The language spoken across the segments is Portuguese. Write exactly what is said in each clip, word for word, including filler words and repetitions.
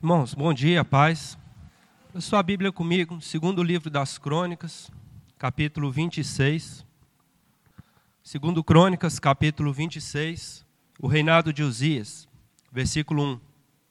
Irmãos, bom dia, paz. A sua Bíblia comigo, segundo livro das Crônicas, capítulo vinte e seis. Segundo Crônicas, capítulo vinte e seis, o reinado de Uzias, versículo um.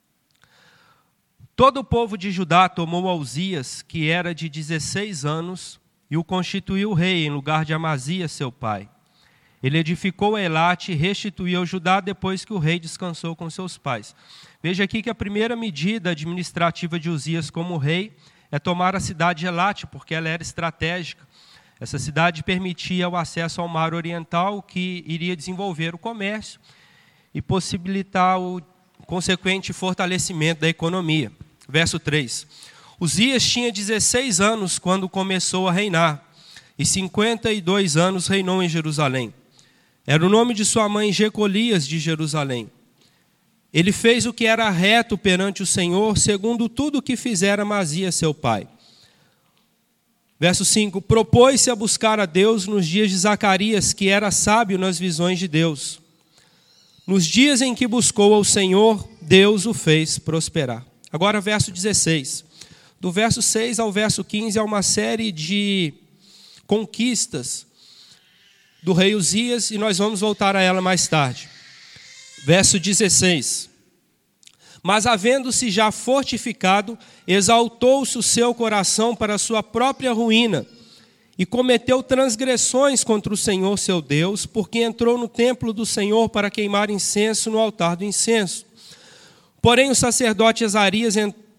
Todo o povo de Judá tomou a Uzias, que era de dezesseis anos, e o constituiu rei em lugar de Amazias, seu pai. Ele edificou Elate e restituiu Judá depois que o rei descansou com seus pais. Veja aqui que a primeira medida administrativa de Uzias como rei é tomar a cidade de Elate, porque ela era estratégica. Essa cidade permitia o acesso ao mar oriental, que iria desenvolver o comércio e possibilitar o consequente fortalecimento da economia. Verso três. Uzias tinha dezesseis anos quando começou a reinar, e cinquenta e dois anos reinou em Jerusalém. Era o nome de sua mãe Jecolias de Jerusalém. Ele fez o que era reto perante o Senhor, segundo tudo o que fizera Amazias, seu pai. Verso cinco. Propôs-se a buscar a Deus nos dias de Zacarias, que era sábio nas visões de Deus. Nos dias em que buscou ao Senhor, Deus o fez prosperar. Agora, verso dezesseis. Do verso seis ao verso quinze, há uma série de conquistas do rei Uzias, e nós vamos voltar a ela mais tarde. Verso dezesseis. Mas havendo-se já fortificado, exaltou-se o seu coração para a sua própria ruína, e cometeu transgressões contra o Senhor seu Deus, porque entrou no templo do Senhor para queimar incenso no altar do incenso. Porém o sacerdote Azarias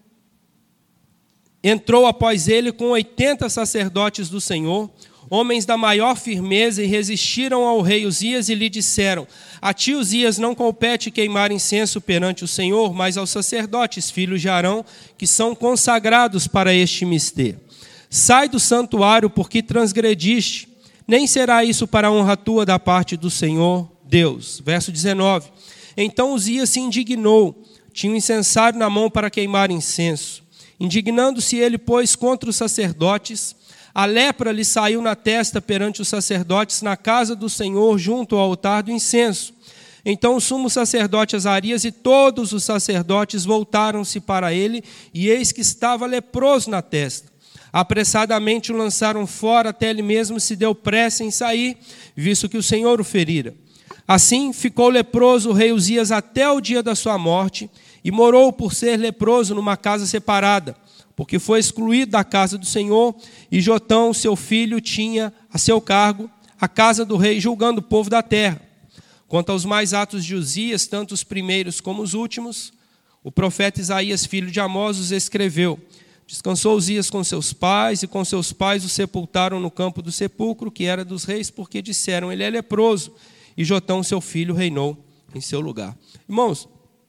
entrou após ele com oitenta sacerdotes do Senhor, homens da maior firmeza, e resistiram ao rei Uzias e lhe disseram: a ti, Uzias, não compete queimar incenso perante o Senhor, mas aos sacerdotes, filhos de Arão, que são consagrados para este mistério. Sai do santuário, porque transgrediste, nem será isso para a honra tua da parte do Senhor Deus. Verso dezenove. Então Uzias se indignou, tinha um incensário na mão para queimar incenso. Indignando-se ele, pois, contra os sacerdotes, a lepra lhe saiu na testa perante os sacerdotes na casa do Senhor, junto ao altar do incenso. Então o sumo sacerdote Azarias e todos os sacerdotes voltaram-se para ele, e eis que estava leproso na testa. Apressadamente o lançaram fora, até ele mesmo se deu pressa em sair, visto que o Senhor o ferira. Assim ficou leproso o rei Uzias até o dia da sua morte, e morou por ser leproso numa casa separada, porque foi excluído da casa do Senhor, e Jotão, seu filho, tinha a seu cargo a casa do rei, julgando o povo da terra. Quanto aos mais atos de Uzias, tanto os primeiros como os últimos, o profeta Isaías, filho de Amós, os escreveu. Descansou Uzias com seus pais, e com seus pais o sepultaram no campo do sepulcro, que era dos reis, porque disseram: ele é leproso, e Jotão, seu filho, reinou em seu lugar. Irmãos,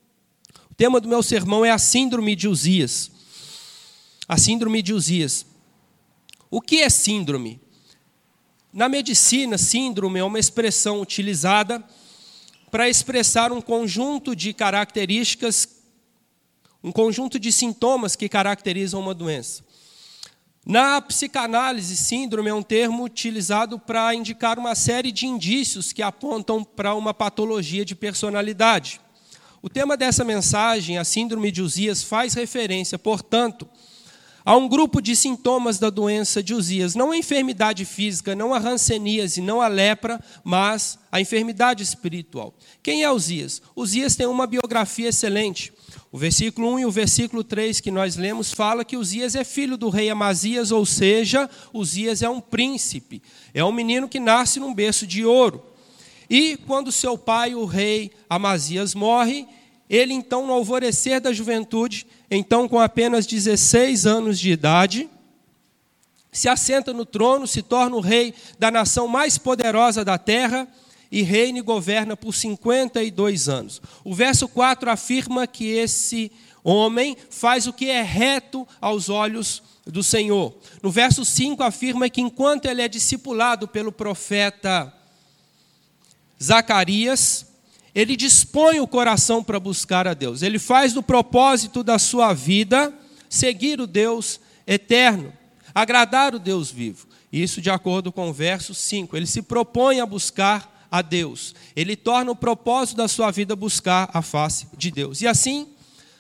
o tema do meu sermão é a síndrome de Uzias. A síndrome de Uzias. O que é síndrome? Na medicina, síndrome é uma expressão utilizada para expressar um conjunto de características, um conjunto de sintomas que caracterizam uma doença. Na psicanálise, síndrome é um termo utilizado para indicar uma série de indícios que apontam para uma patologia de personalidade. O tema dessa mensagem, a síndrome de Uzias, faz referência, portanto, há um grupo de sintomas da doença de Uzias, não a enfermidade física, não a hanseníase, não a lepra, mas a enfermidade espiritual. Quem é Uzias? Uzias tem uma biografia excelente. O versículo um e o versículo três que nós lemos fala que Uzias é filho do rei Amazias, ou seja, Uzias é um príncipe, é um menino que nasce num berço de ouro. E quando seu pai, o rei Amazias, morre, ele então, no alvorecer da juventude, então com apenas dezesseis anos de idade, se assenta no trono, se torna o rei da nação mais poderosa da terra e reina e governa por cinquenta e dois anos. O verso quatro afirma que esse homem faz o que é reto aos olhos do Senhor. No verso cinco afirma que enquanto ele é discipulado pelo profeta Zacarias, ele dispõe o coração para buscar a Deus. Ele faz do propósito da sua vida seguir o Deus eterno, agradar o Deus vivo. Isso de acordo com o verso cinco. Ele se propõe a buscar a Deus. Ele torna o propósito da sua vida buscar a face de Deus. E assim,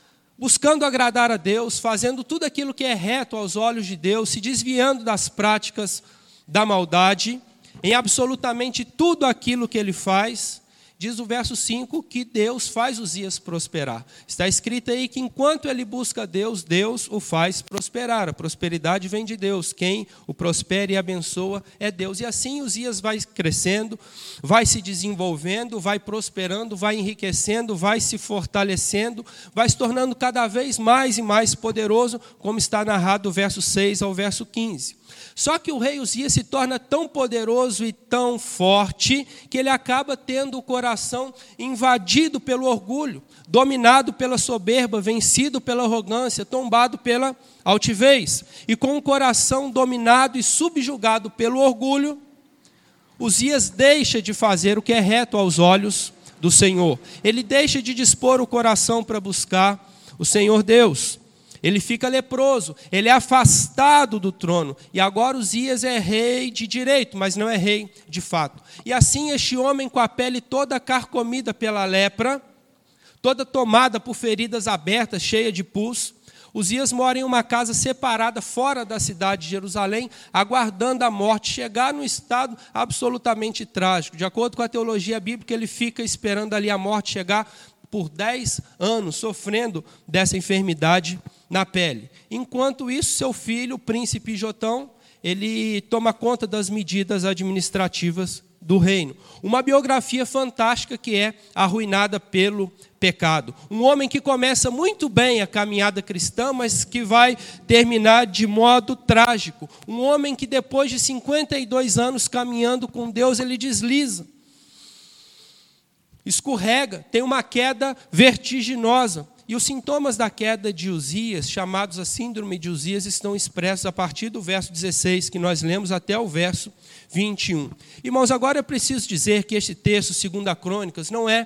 buscando agradar a Deus, fazendo tudo aquilo que é reto aos olhos de Deus, se desviando das práticas da maldade, em absolutamente tudo aquilo que ele faz. Diz o verso cinco que Deus faz Uzias prosperar. Está escrito aí que enquanto ele busca Deus, Deus o faz prosperar. A prosperidade vem de Deus. Quem o prospera e abençoa é Deus. E assim Uzias vai crescendo, vai se desenvolvendo, vai prosperando, vai enriquecendo, vai se fortalecendo, vai se tornando cada vez mais e mais poderoso, como está narrado do verso seis ao verso quinze. Só que o rei Uzias se torna tão poderoso e tão forte que ele acaba tendo o coração invadido pelo orgulho, dominado pela soberba, vencido pela arrogância, tombado pela altivez. E com o coração dominado e subjugado pelo orgulho, Uzias deixa de fazer o que é reto aos olhos do Senhor. Ele deixa de dispor o coração para buscar o Senhor Deus. Ele fica leproso, ele é afastado do trono. E agora Uzias é rei de direito, mas não é rei de fato. E assim este homem com a pele toda carcomida pela lepra, toda tomada por feridas abertas, cheia de pus, Uzias mora em uma casa separada fora da cidade de Jerusalém, aguardando a morte chegar num estado absolutamente trágico. De acordo com a teologia bíblica, ele fica esperando ali a morte chegar por dez anos, sofrendo dessa enfermidade na pele. Enquanto isso, seu filho, o príncipe Jotão, ele toma conta das medidas administrativas do reino. Uma biografia fantástica que é arruinada pelo pecado. Um homem que começa muito bem a caminhada cristã, mas que vai terminar de modo trágico. Um homem que depois de cinquenta e dois anos caminhando com Deus, ele desliza, escorrega, tem uma queda vertiginosa. E os sintomas da queda de Uzias, chamados a síndrome de Uzias, estão expressos a partir do verso dezesseis, que nós lemos, até o verso vinte e um. Irmãos, agora eu preciso dizer que este texto, Segunda Crônicas, não é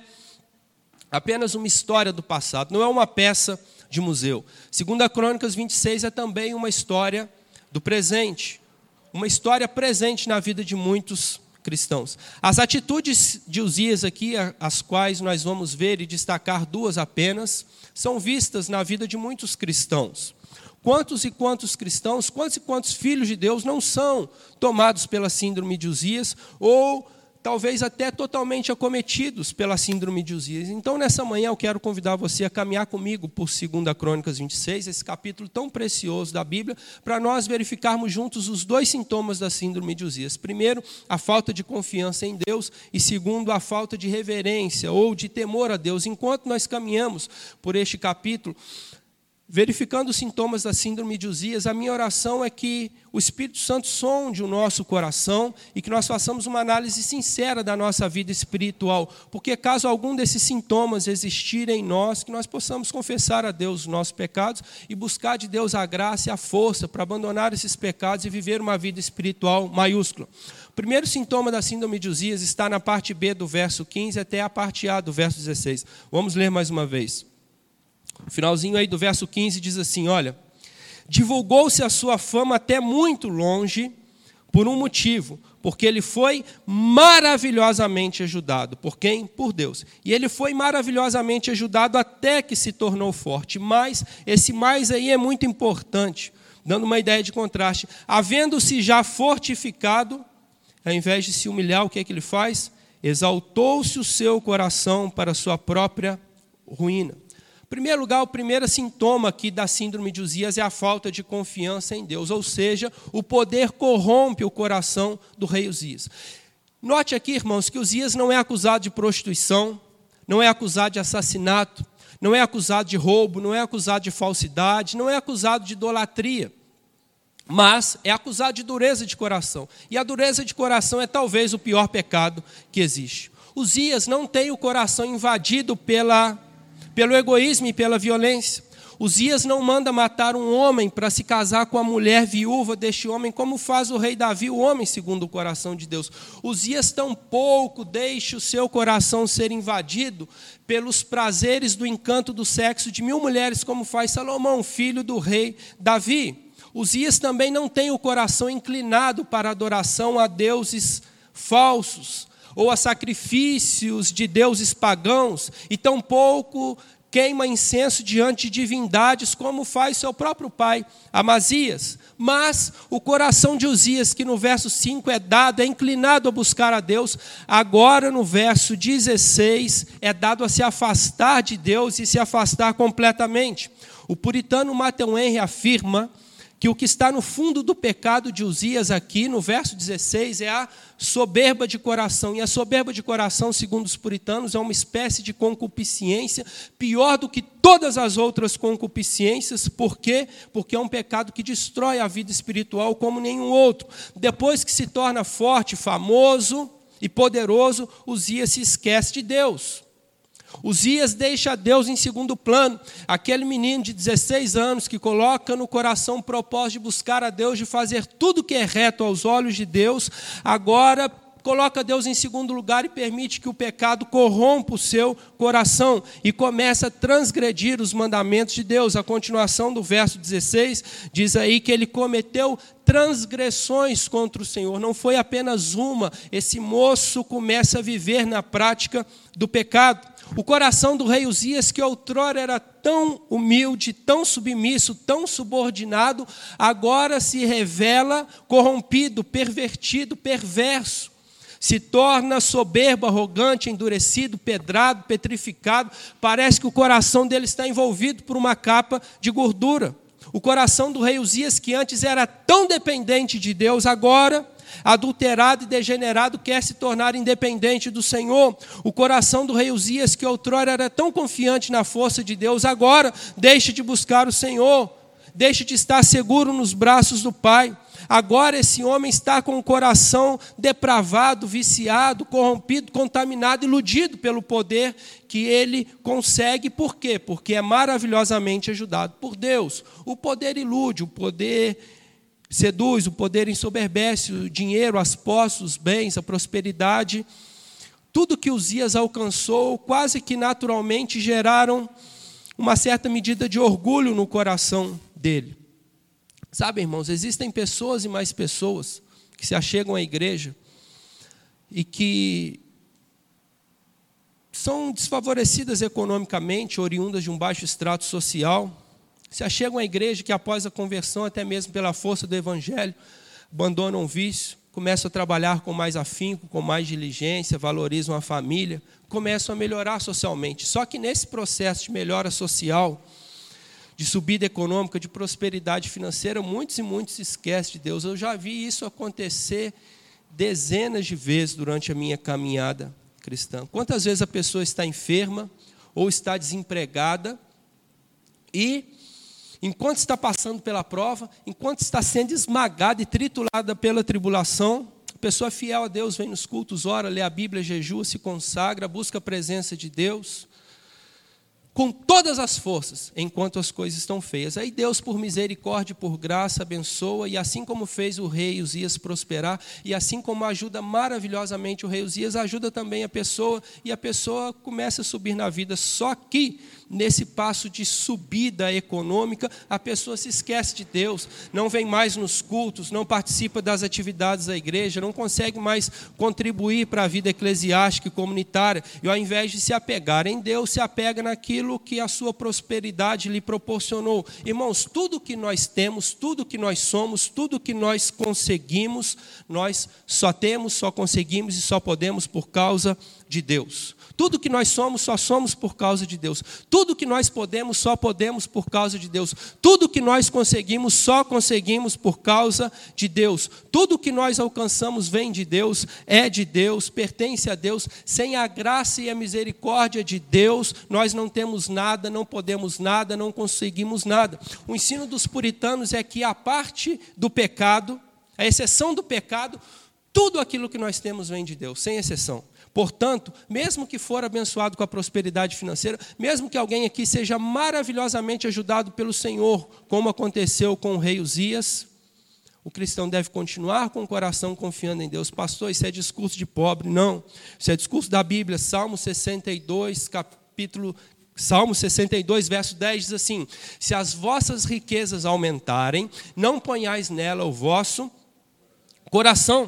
apenas uma história do passado, não é uma peça de museu. Segunda Crônicas vinte e seis é também uma história do presente, uma história presente na vida de muitos cristãos. As atitudes de Uzias aqui, as quais nós vamos ver e destacar duas apenas, são vistas na vida de muitos cristãos. Quantos e quantos cristãos, quantos e quantos filhos de Deus não são tomados pela síndrome de Uzias ou talvez até totalmente acometidos pela síndrome de Uzias? Então, nessa manhã, eu quero convidar você a caminhar comigo por Segunda Crônicas vinte e seis, esse capítulo tão precioso da Bíblia, para nós verificarmos juntos os dois sintomas da síndrome de Uzias. Primeiro, a falta de confiança em Deus, e segundo, a falta de reverência ou de temor a Deus. Enquanto nós caminhamos por este capítulo, verificando os sintomas da síndrome de Uzias, a minha oração é que o Espírito Santo sonde o nosso coração e que nós façamos uma análise sincera da nossa vida espiritual, porque caso algum desses sintomas existirem em nós, que nós possamos confessar a Deus os nossos pecados e buscar de Deus a graça e a força para abandonar esses pecados e viver uma vida espiritual maiúscula. O primeiro sintoma da síndrome de Uzias está na parte B do verso quinze até a parte A do verso dezesseis. Vamos ler mais uma vez. O finalzinho aí do verso quinze diz assim, olha: divulgou-se a sua fama até muito longe por um motivo, porque ele foi maravilhosamente ajudado. Por quem? Por Deus. E ele foi maravilhosamente ajudado até que se tornou forte. Mas esse mais aí é muito importante, dando uma ideia de contraste. Havendo-se já fortificado, ao invés de se humilhar, o que é que ele faz? Exaltou-se o seu coração para a sua própria ruína. Em primeiro lugar, o primeiro sintoma aqui da síndrome de Uzias é a falta de confiança em Deus, ou seja, o poder corrompe o coração do rei Uzias. Note aqui, irmãos, que Uzias não é acusado de prostituição, não é acusado de assassinato, não é acusado de roubo, não é acusado de falsidade, não é acusado de idolatria, mas é acusado de dureza de coração. E a dureza de coração é talvez o pior pecado que existe. Uzias não tem o coração invadido pela pelo egoísmo e pela violência. Uzias não manda matar um homem para se casar com a mulher viúva deste homem, como faz o rei Davi, o homem segundo o coração de Deus. Uzias tampouco deixa o seu coração ser invadido pelos prazeres do encanto do sexo de mil mulheres, como faz Salomão, filho do rei Davi. Uzias também não tem o coração inclinado para a adoração a deuses falsos, ou a sacrifícios de deuses pagãos, e tampouco queima incenso diante de divindades, como faz seu próprio pai, Amazias. Mas o coração de Uzias, que no verso cinco é dado, é inclinado a buscar a Deus, agora no verso dezesseis é dado a se afastar de Deus e se afastar completamente. O puritano Matthew Henry afirma que o que está no fundo do pecado de Uzias aqui, no verso dezesseis, é a soberba de coração. E a soberba de coração, segundo os puritanos, é uma espécie de concupiscência, pior do que todas as outras concupiscências. Por quê? Porque é um pecado que destrói a vida espiritual como nenhum outro. Depois que se torna forte, famoso e poderoso, Uzias se esquece de Deus. Uzias deixa Deus em segundo plano. Aquele menino de dezesseis anos que coloca no coração o propósito de buscar a Deus, de fazer tudo que é reto aos olhos de Deus, agora coloca Deus em segundo lugar e permite que o pecado corrompa o seu coração e começa a transgredir os mandamentos de Deus. A continuação do verso dezesseis diz aí que ele cometeu transgressões contra o Senhor. Não foi apenas uma. Esse moço começa a viver na prática do pecado. O coração do rei Uzias, que outrora era tão humilde, tão submisso, tão subordinado, agora se revela corrompido, pervertido, perverso. Se torna soberbo, arrogante, endurecido, pedrado, petrificado. Parece que o coração dele está envolvido por uma capa de gordura. O coração do rei Uzias, que antes era tão dependente de Deus, agora adulterado e degenerado, quer se tornar independente do Senhor. O coração do rei Uzias, que outrora era tão confiante na força de Deus, agora deixa de buscar o Senhor, deixa de estar seguro nos braços do Pai. Agora esse homem está com o coração depravado, viciado, corrompido, contaminado, iludido pelo poder que ele consegue. Por quê? Porque é maravilhosamente ajudado por Deus. O poder ilude, o poder seduz, o poder ensoberbece, o dinheiro, as posses, os bens, a prosperidade. Tudo que Uzias alcançou, quase que naturalmente geraram uma certa medida de orgulho no coração dele. Sabe, irmãos, existem pessoas e mais pessoas que se achegam à igreja e que são desfavorecidas economicamente, oriundas de um baixo extrato social, se achegam à igreja que após a conversão, até mesmo pela força do evangelho, abandonam o vício, começam a trabalhar com mais afinco, com mais diligência, valorizam a família, começam a melhorar socialmente. Só que nesse processo de melhora social, de subida econômica, de prosperidade financeira, muitos e muitos se esquecem de Deus. Eu já vi isso acontecer dezenas de vezes durante a minha caminhada cristã. Quantas vezes a pessoa está enferma ou está desempregada e, enquanto está passando pela prova, enquanto está sendo esmagada e triturada pela tribulação, a pessoa fiel a Deus vem nos cultos, ora, lê a Bíblia, jejua, se consagra, busca a presença de Deus, com todas as forças, enquanto as coisas estão feias. Aí Deus, por misericórdia e por graça, abençoa, e assim como fez o rei Uzias prosperar, e assim como ajuda maravilhosamente o rei Uzias, ajuda também a pessoa, e a pessoa começa a subir na vida. Só que, nesse passo de subida econômica, a pessoa se esquece de Deus, não vem mais nos cultos, não participa das atividades da igreja, não consegue mais contribuir para a vida eclesiástica e comunitária, e ao invés de se apegar em Deus, se apega naquilo que a sua prosperidade lhe proporcionou. Irmãos, tudo que nós temos, tudo que nós somos, tudo que nós conseguimos, nós só temos, só conseguimos e só podemos por causa de Deus. Tudo que nós somos, só somos por causa de Deus. Tudo que nós podemos, só podemos por causa de Deus. Tudo que nós conseguimos, só conseguimos por causa de Deus. Tudo que nós alcançamos vem de Deus, é de Deus, pertence a Deus. Sem a graça e a misericórdia de Deus, nós não temos nada, não podemos nada, não conseguimos nada. O ensino dos puritanos é que a parte do pecado, a exceção do pecado, tudo aquilo que nós temos vem de Deus, sem exceção. Portanto, mesmo que for abençoado com a prosperidade financeira, mesmo que alguém aqui seja maravilhosamente ajudado pelo Senhor, como aconteceu com o rei Uzias, o cristão deve continuar com o coração confiando em Deus. Pastor, isso é discurso de pobre. Não, isso é discurso da Bíblia. Salmo sessenta e dois, capítulo, Salmo sessenta e dois, verso dez, diz assim: se as vossas riquezas aumentarem, não ponhais nela o vosso coração.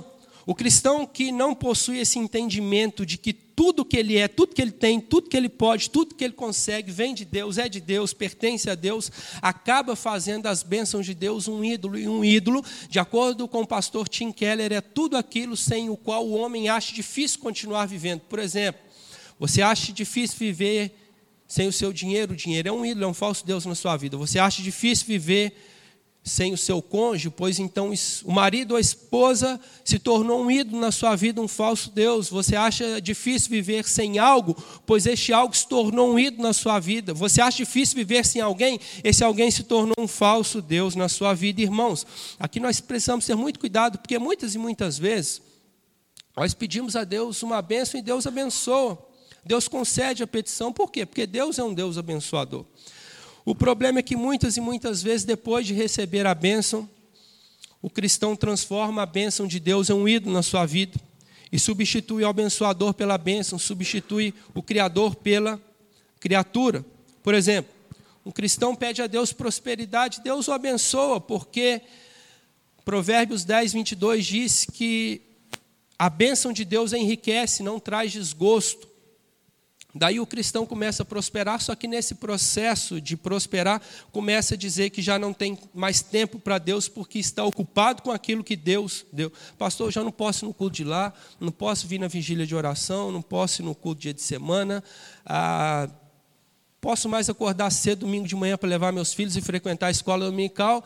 O cristão que não possui esse entendimento de que tudo que ele é, tudo que ele tem, tudo que ele pode, tudo que ele consegue, vem de Deus, é de Deus, pertence a Deus, acaba fazendo as bênçãos de Deus um ídolo. E um ídolo, de acordo com o pastor Tim Keller, é tudo aquilo sem o qual o homem acha difícil continuar vivendo. Por exemplo, você acha difícil viver sem o seu dinheiro? O dinheiro é um ídolo, é um falso Deus na sua vida. Você acha difícil viver sem o seu cônjuge? Pois então o marido ou a esposa se tornou um ídolo na sua vida, um falso Deus. Você acha difícil viver sem algo? Pois este algo se tornou um ídolo na sua vida. Você acha difícil viver sem alguém? Esse alguém se tornou um falso Deus na sua vida. Irmãos, aqui nós precisamos ter muito cuidado, porque muitas e muitas vezes nós pedimos a Deus uma bênção e Deus abençoa. Deus concede a petição. Por quê? Porque Deus é um Deus abençoador. O problema é que muitas e muitas vezes, depois de receber a bênção, o cristão transforma a bênção de Deus em um ídolo na sua vida e substitui o abençoador pela bênção, substitui o Criador pela criatura. Por exemplo, um cristão pede a Deus prosperidade, Deus o abençoa, porque Provérbios dez, vinte e dois diz que a bênção de Deus enriquece, não traz desgosto. Daí o cristão começa a prosperar, só que nesse processo de prosperar, começa a dizer que já não tem mais tempo para Deus, porque está ocupado com aquilo que Deus deu. Pastor, eu já não posso ir no culto de lá, não posso vir na vigília de oração, não posso ir no culto dia de semana, ah, posso mais acordar cedo domingo de manhã para levar meus filhos e frequentar a escola dominical,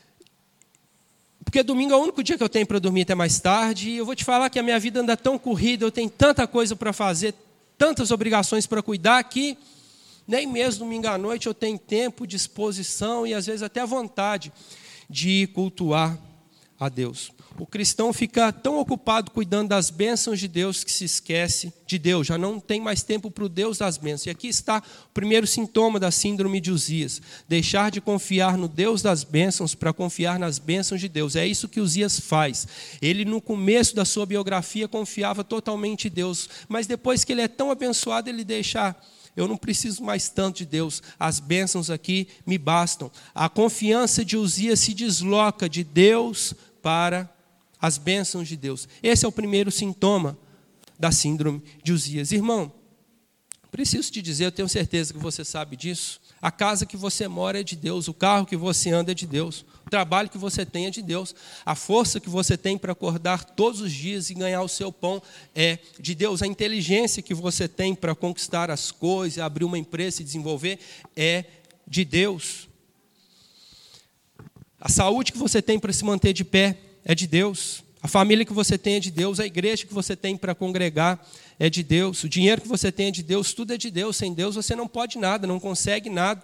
porque domingo é o único dia que eu tenho para dormir até mais tarde, e eu vou te falar que a minha vida anda tão corrida, eu tenho tanta coisa para fazer, tantas obrigações para cuidar que nem mesmo domingo à noite eu tenho tempo, disposição e às vezes até vontade de cultuar a Deus. O cristão fica tão ocupado cuidando das bênçãos de Deus que se esquece de Deus, já não tem mais tempo para o Deus das bênçãos. E aqui está o primeiro sintoma da síndrome de Uzias: deixar de confiar no Deus das bênçãos para confiar nas bênçãos de Deus. É isso que Uzias faz. Ele, no começo da sua biografia, confiava totalmente em Deus, mas depois que ele é tão abençoado, ele deixa: eu não preciso mais tanto de Deus, as bênçãos aqui me bastam. A confiança de Uzias se desloca de Deus para as bênçãos de Deus. Esse é o primeiro sintoma da síndrome de Uzias. Irmão, preciso te dizer, eu tenho certeza que você sabe disso, a casa que você mora é de Deus, o carro que você anda é de Deus, o trabalho que você tem é de Deus, a força que você tem para acordar todos os dias e ganhar o seu pão é de Deus, a inteligência que você tem para conquistar as coisas, abrir uma empresa e desenvolver é de Deus. A saúde que você tem para se manter de pé é de Deus. A família que você tem é de Deus. A igreja que você tem para congregar é de Deus. O dinheiro que você tem é de Deus. Tudo é de Deus. Sem Deus você não pode nada, não consegue nada.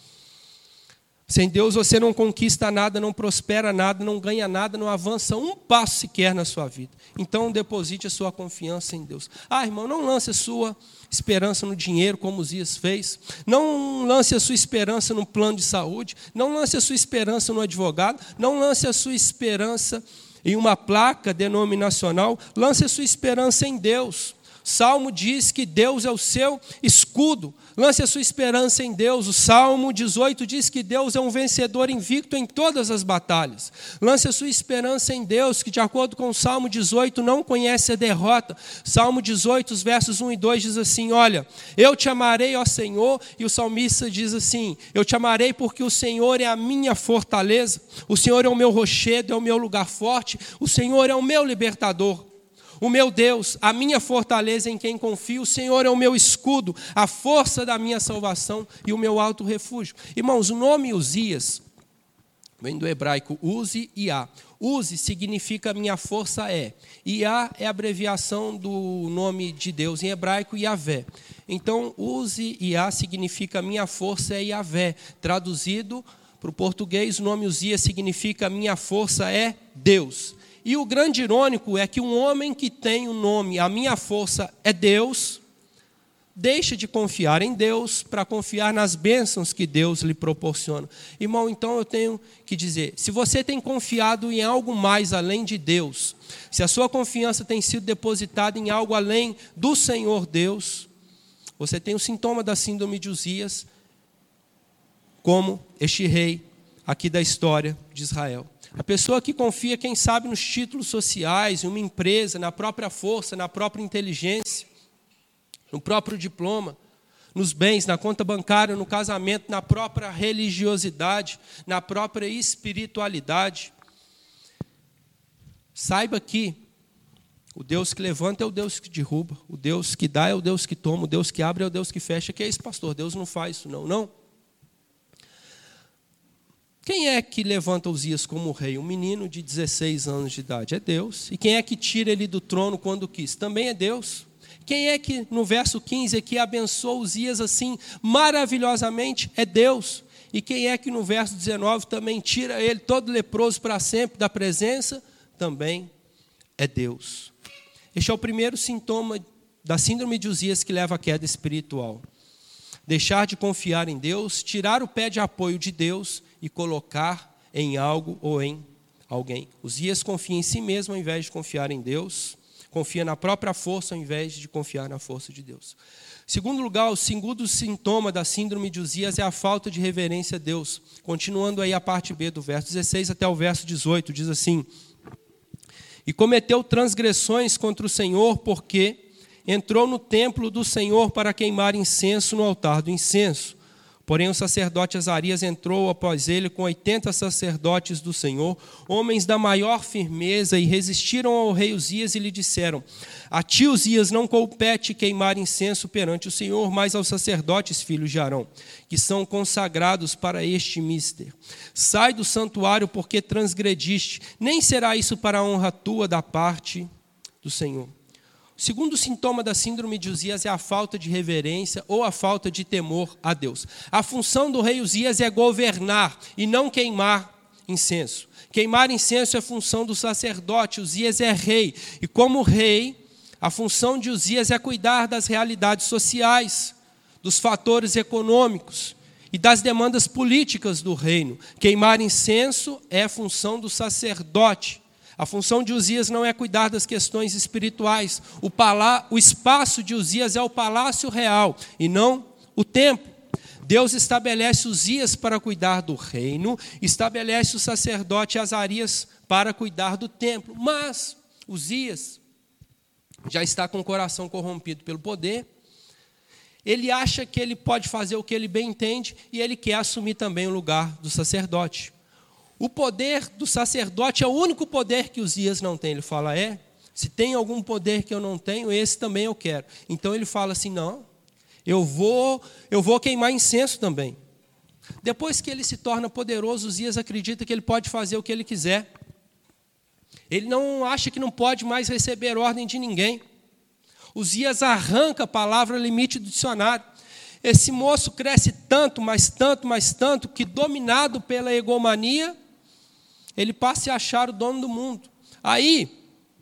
Sem Deus você não conquista nada, não prospera nada, não ganha nada, não avança um passo sequer na sua vida. Então deposite a sua confiança em Deus. Ah, irmão, não lance a sua esperança no dinheiro, como Uzias fez. Não lance a sua esperança no plano de saúde. Não lance a sua esperança no advogado. Não lance a sua esperança em uma placa denominacional. Lance a sua esperança em Deus. Salmo diz que Deus é o seu escudo. Lance a sua esperança em Deus. O Salmo dezoito diz que Deus é um vencedor invicto em todas as batalhas. Lance a sua esperança em Deus, que de acordo com o Salmo dezoito não conhece a derrota. Salmo dezoito, os versos um e dois diz assim: olha, eu te amarei, ó Senhor, e o salmista diz assim: eu te amarei porque o Senhor é a minha fortaleza, o Senhor é o meu rochedo, é o meu lugar forte, o Senhor é o meu libertador. O meu Deus, a minha fortaleza em quem confio, o Senhor é o meu escudo, a força da minha salvação e o meu alto refúgio. Irmãos, o nome Uzias vem do hebraico Uzi e Iá. Uzi significa minha força é. Iá é a abreviação do nome de Deus em hebraico, Yavé. Então, Uzi e Iá significa minha força é Yavé. Traduzido para o português, o nome Uzias significa minha força é Deus. E o grande irônico é que um homem que tem o nome, a minha força é Deus, deixa de confiar em Deus para confiar nas bênçãos que Deus lhe proporciona. Irmão, então eu tenho que dizer, se você tem confiado em algo mais além de Deus, se a sua confiança tem sido depositada em algo além do Senhor Deus, você tem o sintoma da síndrome de Uzias, como este rei aqui da história de Israel. A pessoa que confia, quem sabe, nos títulos sociais, em uma empresa, na própria força, na própria inteligência, no próprio diploma, nos bens, na conta bancária, no casamento, na própria religiosidade, na própria espiritualidade. Saiba que o Deus que levanta é o Deus que derruba, o Deus que dá é o Deus que toma, o Deus que abre é o Deus que fecha. Que é isso, pastor? Deus não faz isso, não, não. Quem é que levanta Uzias como rei? Um menino de dezesseis anos de idade. É Deus. E quem é que tira ele do trono quando quis? Também é Deus. Quem é que, no verso quinze aqui, abençoa Uzias assim, maravilhosamente? É Deus. E quem é que, no verso dezenove, também tira ele, todo leproso para sempre, da presença? Também é Deus. Este é o primeiro sintoma da síndrome de Uzias que leva à queda espiritual. Deixar de confiar em Deus, tirar o pé de apoio de Deus e colocar em algo ou em alguém. Uzias confia em si mesmo ao invés de confiar em Deus. Confia na própria força ao invés de confiar na força de Deus. Segundo lugar, o segundo sintoma da síndrome de Uzias é a falta de reverência a Deus. Continuando aí a parte B do verso dezesseis até o verso dezoito, diz assim: e cometeu transgressões contra o Senhor, porque entrou no templo do Senhor para queimar incenso no altar do incenso. Porém, o sacerdote Azarias entrou após ele com oitenta sacerdotes do Senhor, homens da maior firmeza, e resistiram ao rei Uzias e lhe disseram: a ti, Uzias, não compete queimar incenso perante o Senhor, mas aos sacerdotes, filhos de Arão, que são consagrados para este mister. Sai do santuário, porque transgrediste, nem será isso para a honra tua da parte do Senhor. O segundo sintoma da síndrome de Uzias é a falta de reverência ou a falta de temor a Deus. A função do rei Uzias é governar e não queimar incenso. Queimar incenso é função do sacerdote. Uzias é rei. E como rei, a função de Uzias é cuidar das realidades sociais, dos fatores econômicos e das demandas políticas do reino. Queimar incenso é a função do sacerdote. A função de Uzias não é cuidar das questões espirituais. O, palá, o espaço de Uzias é o palácio real e não o templo. Deus estabelece Uzias para cuidar do reino, estabelece o sacerdote Azarias para cuidar do templo. Mas Uzias já está com o coração corrompido pelo poder. Ele acha que ele pode fazer o que ele bem entende e ele quer assumir também o lugar do sacerdote. O poder do sacerdote é o único poder que Uzias não tem. Ele fala, é, se tem algum poder que eu não tenho, esse também eu quero. Então ele fala assim, não, eu vou, eu vou queimar incenso também. Depois que ele se torna poderoso, Uzias acredita que ele pode fazer o que ele quiser. Ele não acha que não pode mais receber ordem de ninguém. Uzias arranca a palavra limite do dicionário. Esse moço cresce tanto, mas tanto, mas tanto, que dominado pela egomania, ele passa a se achar o dono do mundo. Aí,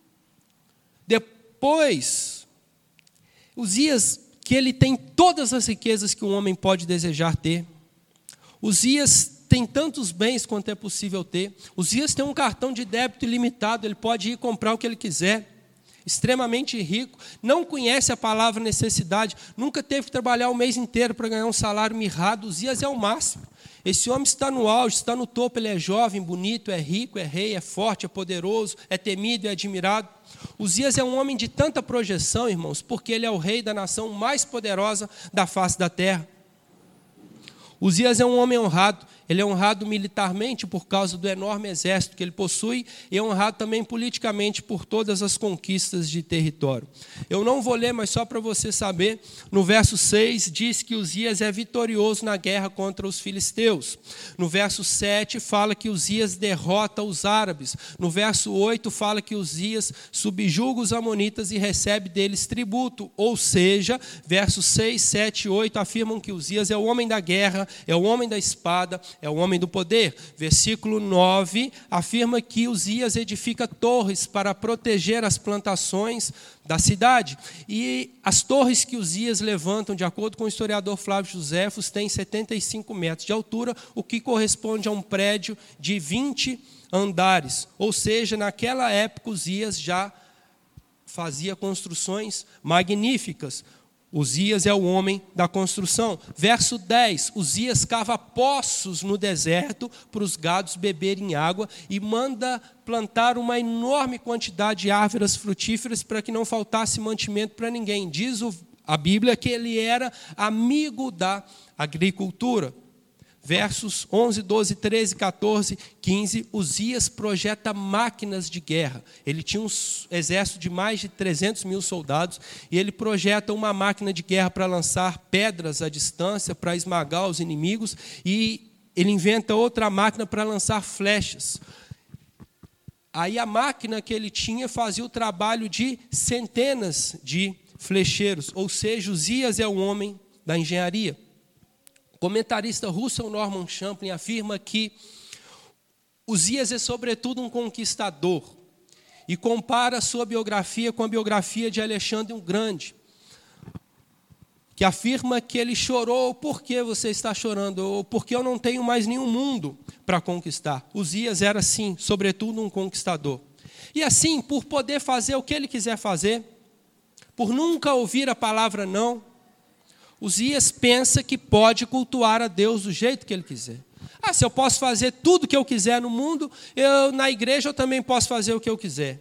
depois, Uzias, que ele tem todas as riquezas que um homem pode desejar ter. Uzias tem tantos bens quanto é possível ter. Uzias tem um cartão de débito ilimitado, ele pode ir comprar o que ele quiser. Extremamente rico, não conhece a palavra necessidade, nunca teve que trabalhar o mês inteiro para ganhar um salário mirrado. Uzias é o máximo. Esse homem está no auge, está no topo, ele é jovem, bonito, é rico, é rei, é forte, é poderoso, é temido, é admirado. Uzias é um homem de tanta projeção, irmãos, porque ele é o rei da nação mais poderosa da face da terra. Uzias é um homem honrado. Ele é honrado militarmente por causa do enorme exército que ele possui e é honrado também politicamente por todas as conquistas de território. Eu não vou ler, mas só para você saber, no verso seis diz que Uzias é vitorioso na guerra contra os filisteus. No verso sete fala que Uzias derrota os árabes. No verso oito fala que Uzias subjuga os amonitas e recebe deles tributo. Ou seja, versos seis, sete e oito afirmam que Uzias é o homem da guerra, é o homem da espada, é o homem do poder. Versículo nove afirma que Uzias edifica torres para proteger as plantações da cidade. E as torres que Uzias levantam, de acordo com o historiador Flávio Joséfos, têm setenta e cinco metros de altura, o que corresponde a um prédio de vinte andares. Ou seja, naquela época Uzias já fazia construções magníficas. Uzias é o homem da construção. Verso dez, Uzias cava poços no deserto para os gados beberem água e manda plantar uma enorme quantidade de árvores frutíferas para que não faltasse mantimento para ninguém. Diz a Bíblia que ele era amigo da agricultura. Versos onze, doze, treze, quatorze, quinze, Uzias projeta máquinas de guerra. Ele tinha um exército de mais de trezentos mil soldados e ele projeta uma máquina de guerra para lançar pedras à distância, para esmagar os inimigos, e ele inventa outra máquina para lançar flechas. Aí a máquina que ele tinha fazia o trabalho de centenas de flecheiros, ou seja, Uzias é o homem da engenharia. O comentarista Russell Norman Champlin afirma que Uzias é sobretudo um conquistador e compara a sua biografia com a biografia de Alexandre o Grande, que afirma que ele chorou. Por que você está chorando? Ou porque eu não tenho mais nenhum mundo para conquistar. Uzias era, sim, sobretudo um conquistador. E assim, por poder fazer o que ele quiser fazer, por nunca ouvir a palavra não, Uzias pensa que pode cultuar a Deus do jeito que ele quiser. Ah, se eu posso fazer tudo o que eu quiser no mundo, eu, na igreja eu também posso fazer o que eu quiser.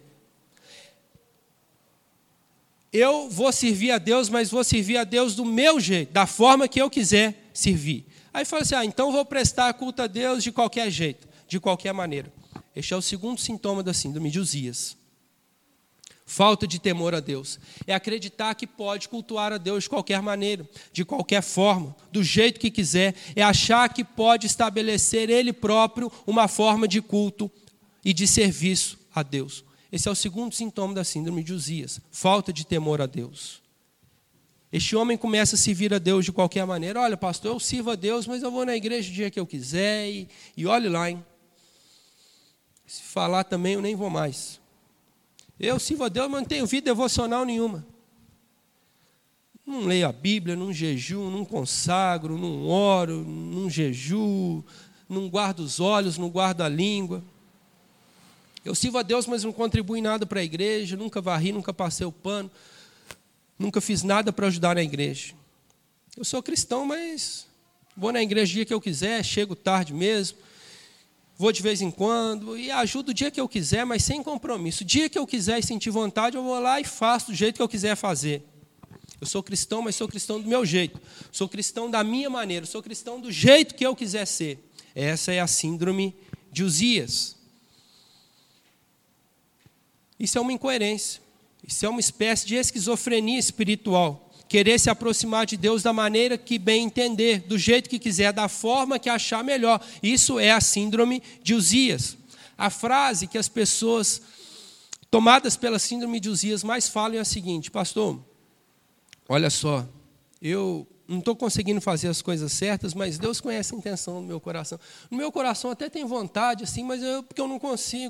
Eu vou servir a Deus, mas vou servir a Deus do meu jeito, da forma que eu quiser servir. Aí fala assim, ah, então vou prestar culto a Deus de qualquer jeito, de qualquer maneira. Este é o segundo sintoma da síndrome de Uzias. Falta de temor a Deus. É acreditar que pode cultuar a Deus de qualquer maneira, de qualquer forma, do jeito que quiser. É achar que pode estabelecer Ele próprio uma forma de culto e de serviço a Deus. Esse é o segundo sintoma da síndrome de Uzias. Falta de temor a Deus. Este homem começa a servir a Deus de qualquer maneira. Olha, pastor, eu sirvo a Deus, mas eu vou na igreja o dia que eu quiser. E, e olhe lá, hein? Se falar também, eu nem vou mais. Eu sirvo a Deus, mas não tenho vida devocional nenhuma. Não leio a Bíblia, não jejuo, não consagro, não oro, não jejuo, não guardo os olhos, não guardo a língua. Eu sirvo a Deus, mas não contribuo em nada para a igreja, nunca varri, nunca passei o pano, nunca fiz nada para ajudar na igreja. Eu sou cristão, mas vou na igreja o dia que eu quiser, chego tarde mesmo. Vou de vez em quando e ajudo o dia que eu quiser, mas sem compromisso. O dia que eu quiser e sentir vontade, eu vou lá e faço do jeito que eu quiser fazer. Eu sou cristão, mas sou cristão do meu jeito. Sou cristão da minha maneira. Sou cristão do jeito que eu quiser ser. Essa é a síndrome de Uzias. Isso é uma incoerência. Isso é uma espécie de esquizofrenia espiritual. Querer se aproximar de Deus da maneira que bem entender, do jeito que quiser, da forma que achar melhor. Isso é a síndrome de Uzias. A frase que as pessoas tomadas pela síndrome de Uzias mais falam é a seguinte: pastor, olha só, eu não estou conseguindo fazer as coisas certas, mas Deus conhece a intenção do meu coração. No meu coração até tem vontade, assim, mas eu, porque eu não consigo.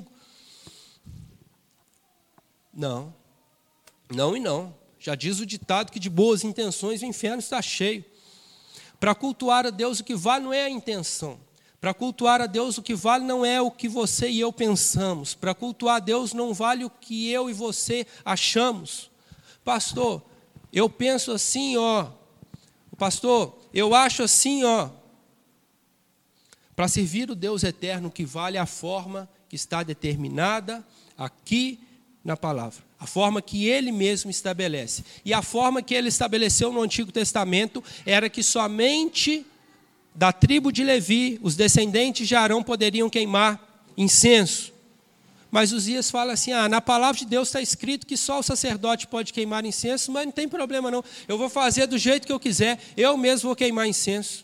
Não, não e não. Já diz o ditado que de boas intenções o inferno está cheio. Para cultuar a Deus o que vale não é a intenção. Para cultuar a Deus o que vale não é o que você e eu pensamos. Para cultuar a Deus não vale o que eu e você achamos. Pastor, eu penso assim, ó. Pastor, eu acho assim, ó. Para servir o Deus eterno, o que vale é a forma que está determinada aqui na palavra. A forma que ele mesmo estabelece. E a forma que ele estabeleceu no Antigo Testamento era que somente da tribo de Levi, os descendentes de Arão poderiam queimar incenso. Mas Uzias fala assim, ah, na palavra de Deus está escrito que só o sacerdote pode queimar incenso, mas não tem problema não. Eu vou fazer do jeito que eu quiser, eu mesmo vou queimar incenso.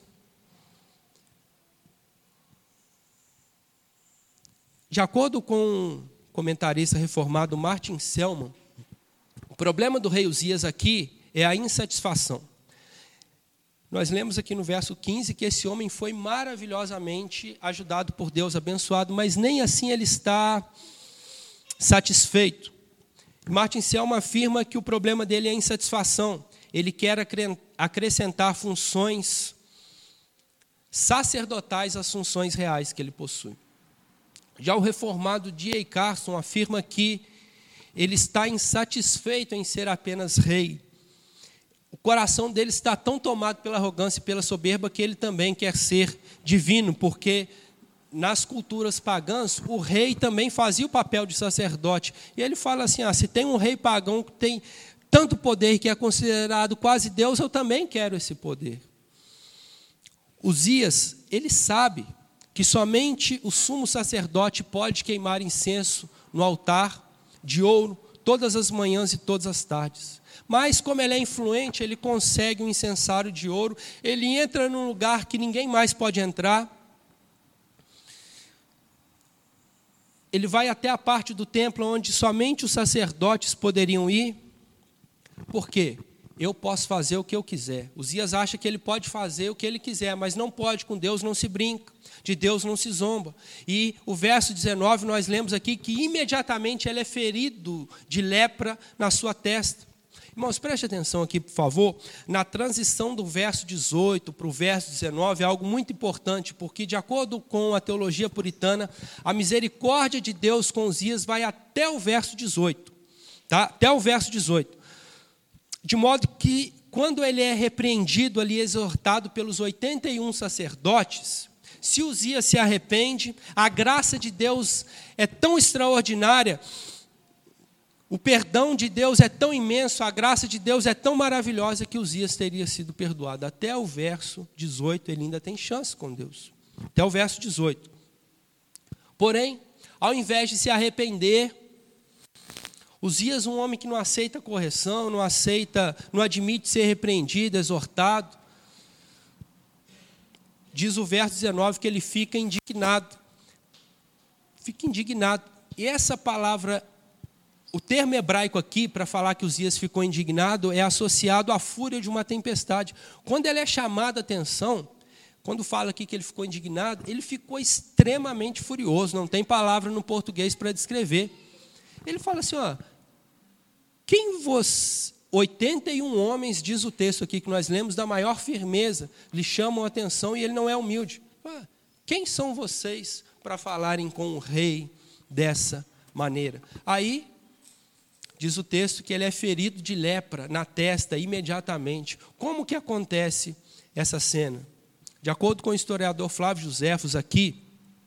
De acordo com comentarista reformado Martin Selman, o problema do rei Uzias aqui é a insatisfação. Nós lemos aqui no verso quinze que esse homem foi maravilhosamente ajudado por Deus, abençoado, mas nem assim ele está satisfeito. Martin Selman afirma que o problema dele é a insatisfação. Ele quer acrescentar funções sacerdotais às funções reais que ele possui. Já o reformado D A Carson afirma que ele está insatisfeito em ser apenas rei. O coração dele está tão tomado pela arrogância e pela soberba que ele também quer ser divino, porque nas culturas pagãs, o rei também fazia o papel de sacerdote. E ele fala assim, ah, se tem um rei pagão que tem tanto poder que é considerado quase Deus, eu também quero esse poder. Uzias, ele sabe que somente o sumo sacerdote pode queimar incenso no altar de ouro todas as manhãs e todas as tardes. Mas como ele é influente, ele consegue um incensário de ouro, ele entra num lugar que ninguém mais pode entrar. Ele vai até a parte do templo onde somente os sacerdotes poderiam ir. Por quê? Eu posso fazer o que eu quiser. Uzias acha que ele pode fazer o que ele quiser, mas não pode, com Deus não se brinca, de Deus não se zomba. E o verso dezenove, nós lemos aqui que imediatamente ele é ferido de lepra na sua testa. Irmãos, preste atenção aqui, por favor, na transição do verso dezoito para o verso dezenove, é algo muito importante, porque de acordo com a teologia puritana, a misericórdia de Deus com Uzias vai até o verso dezoito, tá? Até o verso dezoito. De modo que, quando ele é repreendido ali, exortado pelos oitenta e um sacerdotes, se Uzias se arrepende, a graça de Deus é tão extraordinária, o perdão de Deus é tão imenso, a graça de Deus é tão maravilhosa que Uzias teria sido perdoado. Até o verso dezoito ele ainda tem chance com Deus. Até o verso dezoito. Porém, ao invés de se arrepender, Uzias, um homem que não aceita correção, não aceita, não admite ser repreendido, exortado, diz o verso dezenove que ele fica indignado. Fica indignado. E essa palavra, o termo hebraico aqui, para falar que Uzias ficou indignado, é associado à fúria de uma tempestade. Quando ele é chamado a atenção, quando fala aqui que ele ficou indignado, ele ficou extremamente furioso, não tem palavra no português para descrever. Ele fala assim, ó, quem vos... oitenta e um homens, diz o texto aqui que nós lemos, da maior firmeza, lhe chamam a atenção e ele não é humilde. Ah, quem são vocês para falarem com o rei dessa maneira? Aí, diz o texto que ele é ferido de lepra na testa imediatamente. Como que acontece essa cena? De acordo com o historiador Flávio Joséfos aqui,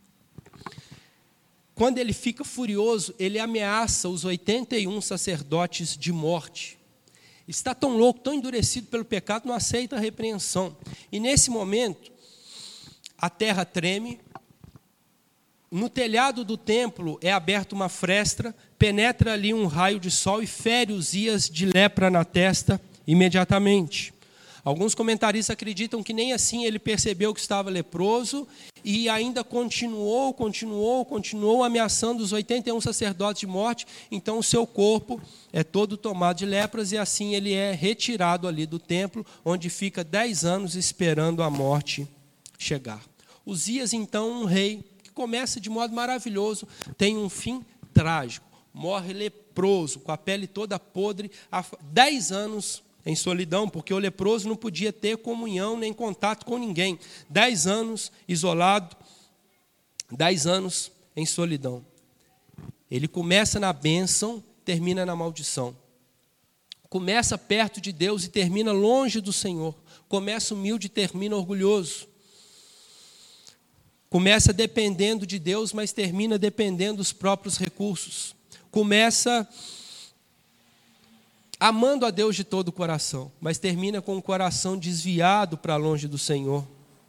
quando ele fica furioso, ele ameaça os oitenta e um sacerdotes de morte. Está tão louco, tão endurecido pelo pecado, não aceita a repreensão. E nesse momento, a terra treme, no telhado do templo é aberta uma fresta, penetra ali um raio de sol e fere Uzias de lepra na testa imediatamente. Alguns comentaristas acreditam que nem assim ele percebeu que estava leproso e ainda continuou, continuou, continuou ameaçando os oitenta e um sacerdotes de morte. Então o seu corpo é todo tomado de lepras e assim ele é retirado ali do templo, onde fica dez anos esperando a morte chegar. Uzias, então, um rei que começa de modo maravilhoso, tem um fim trágico. Morre leproso, com a pele toda podre, há dez anos em solidão, porque o leproso não podia ter comunhão nem contato com ninguém. Dez anos isolado, dez anos em solidão. Ele começa na bênção, termina na maldição. Começa perto de Deus e termina longe do Senhor. Começa humilde e termina orgulhoso. Começa dependendo de Deus, mas termina dependendo dos próprios recursos. Começa amando a Deus de todo o coração, mas termina com o coração desviado para longe do Senhor.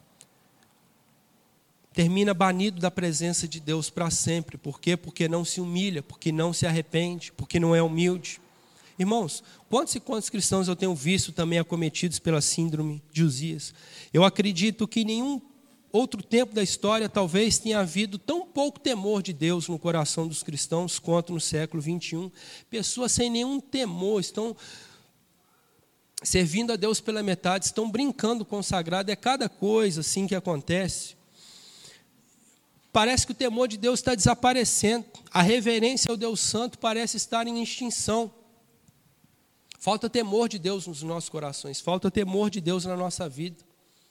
Termina banido da presença de Deus para sempre. Por quê? Porque não se humilha, porque não se arrepende, porque não é humilde. Irmãos, quantos e quantos cristãos eu tenho visto também acometidos pela síndrome de Uzias? Eu acredito que nenhum outro tempo da história talvez tenha havido tão pouco temor de Deus no coração dos cristãos quanto no século vinte e um. Pessoas sem nenhum temor, estão servindo a Deus pela metade, estão brincando com o sagrado. É cada coisa assim que acontece. Parece que o temor de Deus está desaparecendo. A reverência ao Deus Santo parece estar em extinção. Falta temor de Deus nos nossos corações, falta temor de Deus na nossa vida.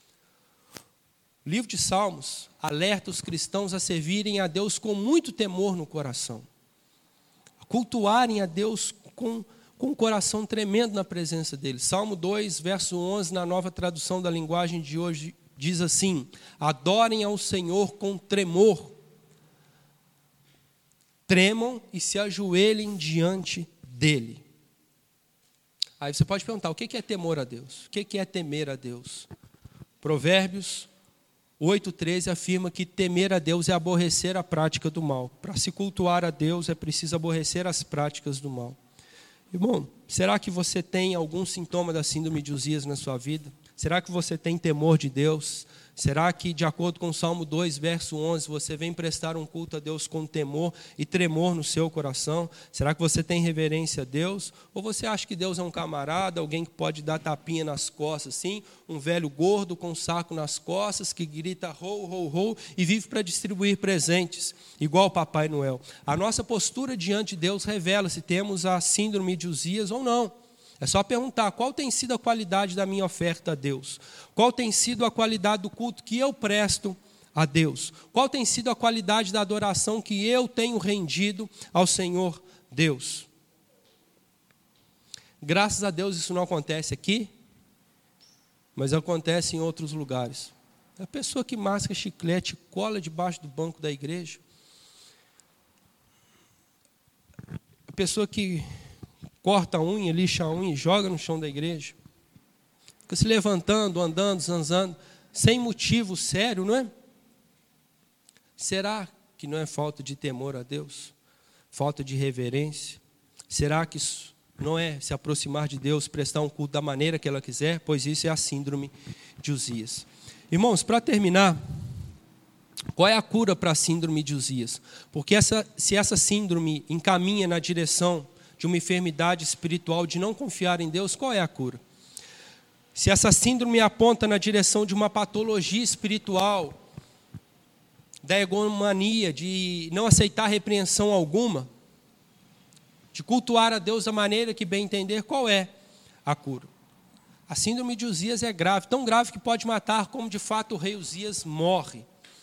O livro de Salmos alerta os cristãos a servirem a Deus com muito temor no coração, a cultuarem a Deus com com o coração tremendo na presença dele. Salmo dois, verso onze, na nova tradução da linguagem de hoje, diz assim: adorem ao Senhor com tremor, tremam e se ajoelhem diante dele. Aí você pode perguntar, o que é temor a Deus? O que é temer a Deus? Provérbios oito, treze afirma que temer a Deus é aborrecer a prática do mal. Para se cultuar a Deus é preciso aborrecer as práticas do mal. Irmão, será que você tem algum sintoma da síndrome de Uzias na sua vida? Será que você tem temor de Deus? Será que, de acordo com o Salmo dois, verso onze, você vem prestar um culto a Deus com temor e tremor no seu coração? Será que você tem reverência a Deus? Ou você acha que Deus é um camarada, alguém que pode dar tapinha nas costas, sim? Um velho gordo com um saco nas costas, que grita rou, rou, rou e vive para distribuir presentes, igual o Papai Noel. A nossa postura diante de Deus revela se temos a síndrome de Uzias ou não. É só perguntar, qual tem sido a qualidade da minha oferta a Deus? Qual tem sido a qualidade do culto que eu presto a Deus? Qual tem sido a qualidade da adoração que eu tenho rendido ao Senhor Deus? Graças a Deus isso não acontece aqui, mas acontece em outros lugares. A pessoa que masca chiclete e cola debaixo do banco da igreja. A pessoa que corta a unha, lixa a unha e joga no chão da igreja. Fica se levantando, andando, zanzando, sem motivo sério, não é? Será que não é falta de temor a Deus? Falta de reverência? Será que isso não é se aproximar de Deus, prestar um culto da maneira que ela quiser? Pois isso é a síndrome de Uzias. Irmãos, para terminar, qual é a cura para a síndrome de Uzias? Porque essa, se essa síndrome encaminha na direção de uma enfermidade espiritual, de não confiar em Deus, qual é a cura? Se essa síndrome aponta na direção de uma patologia espiritual, da egomania, de não aceitar repreensão alguma, de cultuar a Deus da maneira que bem entender, qual é a cura? A síndrome de Uzias é grave, tão grave que pode matar, como de fato o rei Uzias morre.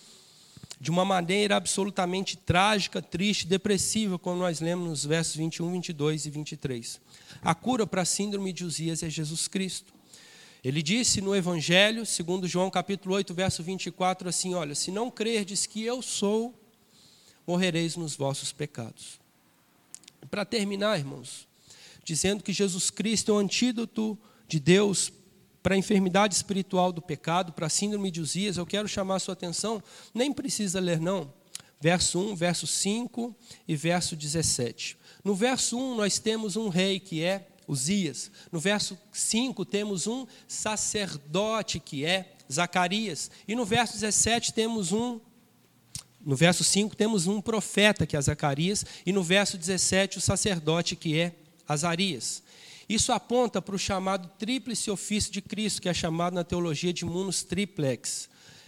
De uma maneira absolutamente trágica, triste, depressiva, como nós lemos nos versos vinte e um, vinte e dois e vinte e três. A cura para a síndrome de Uzias é Jesus Cristo. Ele disse no Evangelho, segundo João capítulo oito, verso vinte e quatro, assim, olha, se não crerdes que eu sou, morrereis nos vossos pecados. Para terminar, irmãos, dizendo que Jesus Cristo é o antídoto de Deus para a enfermidade espiritual do pecado, para a síndrome de Uzias, eu quero chamar a sua atenção, nem precisa ler não, verso um, verso cinco e verso dezessete. No verso um nós temos um rei que é Uzias, no verso cinco temos um sacerdote que é Zacarias, e no verso dezessete temos um, no verso cinco temos um profeta que é Zacarias, e no verso dezessete o sacerdote que é Azarias. Isso aponta para o chamado tríplice ofício de Cristo, que é chamado na teologia de munus triplex.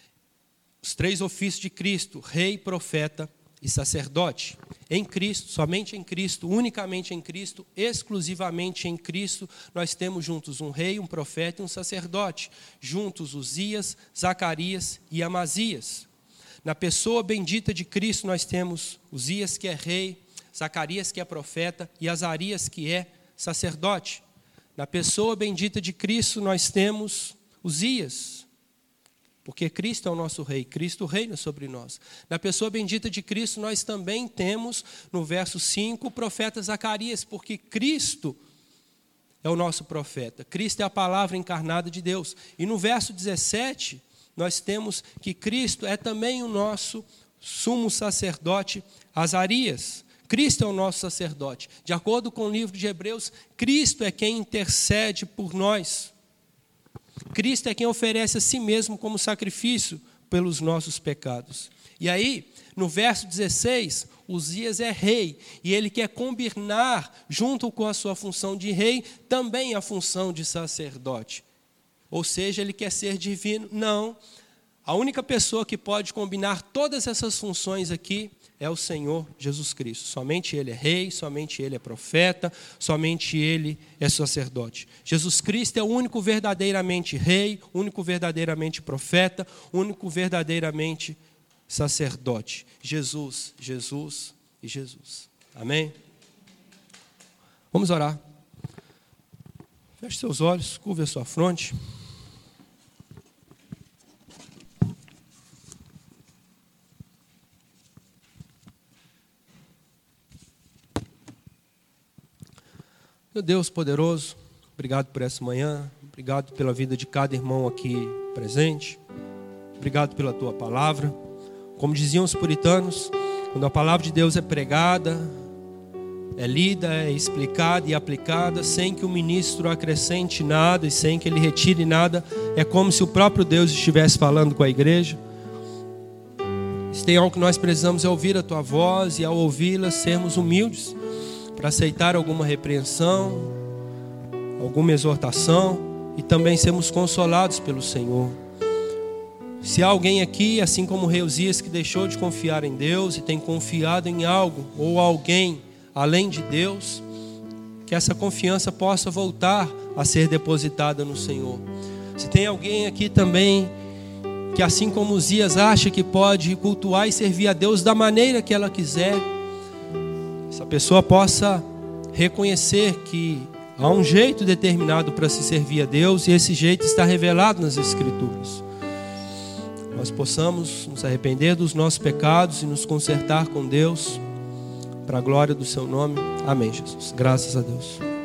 Os três ofícios de Cristo, rei, profeta e sacerdote. Em Cristo, somente em Cristo, unicamente em Cristo, exclusivamente em Cristo, nós temos juntos um rei, um profeta e um sacerdote. Juntos Uzias, Zacarias e Amazias. Na pessoa bendita de Cristo nós temos Uzias, que é rei, Zacarias, que é profeta, e Azarias, que é sacerdote. Na pessoa bendita de Cristo nós temos Uzias, porque Cristo é o nosso rei, Cristo reina sobre nós. Na pessoa bendita de Cristo nós também temos, no verso cinco, o profeta Zacarias, porque Cristo é o nosso profeta, Cristo é a palavra encarnada de Deus. E no verso dezessete, nós temos que Cristo é também o nosso sumo sacerdote Azarias. Cristo é o nosso sacerdote. De acordo com o livro de Hebreus, Cristo é quem intercede por nós. Cristo é quem oferece a si mesmo como sacrifício pelos nossos pecados. E aí, no verso dezesseis, Uzias é rei, e ele quer combinar, junto com a sua função de rei, também a função de sacerdote. Ou seja, ele quer ser divino? Não. A única pessoa que pode combinar todas essas funções aqui é o Senhor Jesus Cristo. Somente Ele é rei, somente Ele é profeta, somente Ele é sacerdote. Jesus Cristo é o único verdadeiramente rei, único verdadeiramente profeta, único verdadeiramente sacerdote. Jesus, Jesus e Jesus. Amém? Vamos orar. Feche seus olhos, curve a sua fronte. Meu Deus poderoso, obrigado por essa manhã, obrigado pela vida de cada irmão aqui presente, obrigado pela tua palavra. Como diziam os puritanos, quando a palavra de Deus é pregada, é lida, é explicada e aplicada, sem que o ministro acrescente nada e sem que ele retire nada, é como se o próprio Deus estivesse falando com a igreja. Se tem algo que nós precisamos é ouvir a tua voz, e ao ouvi-la sermos humildes para aceitar alguma repreensão, alguma exortação, e também sermos consolados pelo Senhor. Se há alguém aqui, assim como Reusias, que deixou de confiar em Deus e tem confiado em algo ou alguém além de Deus, que essa confiança possa voltar a ser depositada no Senhor. Se tem alguém aqui também que, assim como Uzias, acha que pode cultuar e servir a Deus da maneira que ela quiser, essa pessoa possa reconhecer que há um jeito determinado para se servir a Deus, e esse jeito está revelado nas Escrituras. Nós possamos nos arrepender dos nossos pecados e nos consertar com Deus, para a glória do seu nome. Amém, Jesus. Graças a Deus.